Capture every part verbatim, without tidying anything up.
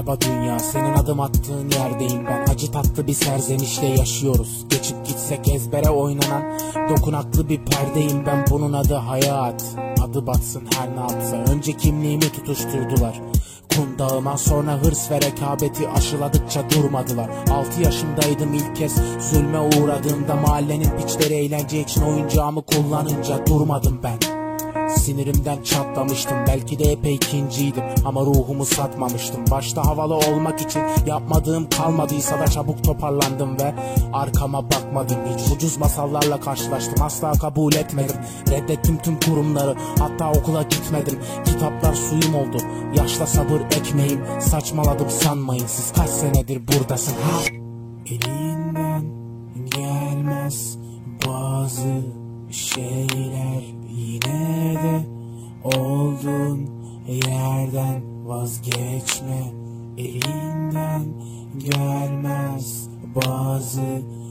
Merhaba dünya, senin adım attığın yerdeyim ben. Acı tatlı bir serzenişle yaşıyoruz. Geçip gitsek ezbere oynanan dokunaklı bir perdeyim ben. Bunun adı hayat. Adı batsın her ne yapsa. Önce kimliğimi tutuşturdular kundağıma, sonra hırs ve rekabeti aşıladıkça durmadılar. Altı yaşımdaydım ilk kez zulme uğradığımda, mahallenin piçleri eğlence için oyuncağımı kullanınca durmadım ben. Sinirimden çatlamıştım, belki de epey ikinciydim ama ruhumu satmamıştım. Başta havalı olmak için yapmadığım kalmadıysa da çabuk toparlandım ve arkama bakmadım hiç. Ucuz masallarla karşılaştım, asla kabul etmedim. Reddettim tüm kurumları, hatta okula gitmedim. Kitaplar suyum oldu, yaşla sabır ekmeğim. Saçmaladım sanmayın, siz kaç senedir buradasın ha? Elinden gelmez bazı şeyler, yine de olduğun yerden vazgeçme. Elinden gelmez bazı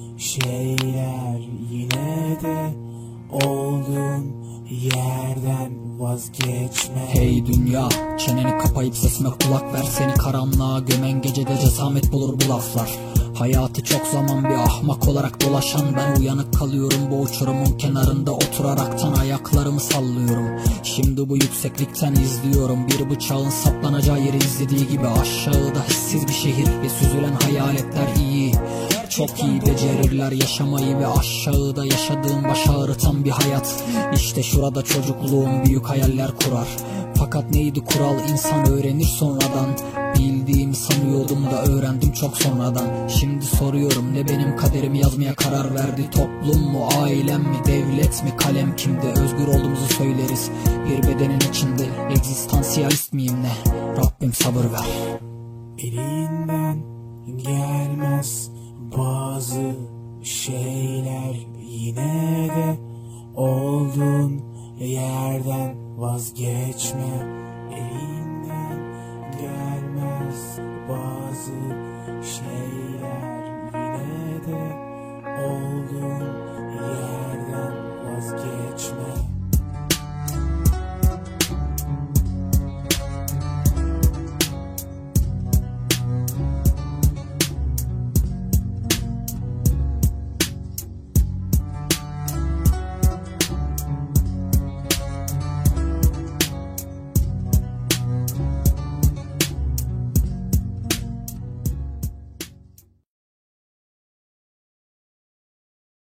şeyler, yine de olduğun yerden vazgeçme. Hey dünya, çeneni kapayıp sesime kulak ver. Seni karanlığa gömen gecede cesamet bulur bu laflar. Hayatı çok zaman bir ahmak olarak dolaşan ben, uyanık kalıyorum bu uçurumun kenarında oturaraktan ayaklarımı sallıyorum. Şimdi bu yükseklikten izliyorum bir bıçağın saplanacağı yeri izlediği gibi. Aşağıda hissiz bir şehir ve süzülen hayaletler iyi, çok iyi becerirler yaşamayı ve aşağıda yaşadığım baş ağrıtan bir hayat. İşte şurada çocukluğum büyük hayaller kurar. Fakat neydi kural, insan öğrenir sonradan. Bildiğimi sanıyordum da öğrendim çok sonradan. Şimdi soruyorum, ne benim kaderimi yazmaya karar verdi? Toplum mu, ailem mi, devlet mi, kalem kimde? Özgür olduğumuzu söyleriz bir bedenin içinde. Egzistansiyalist miyim ne? Rabbim sabır ver. Elinden gelmez bazı şeyler, yine de olduğun yerden vazgeçme. Elinden gelmez bazı şeyler, yine de olduğun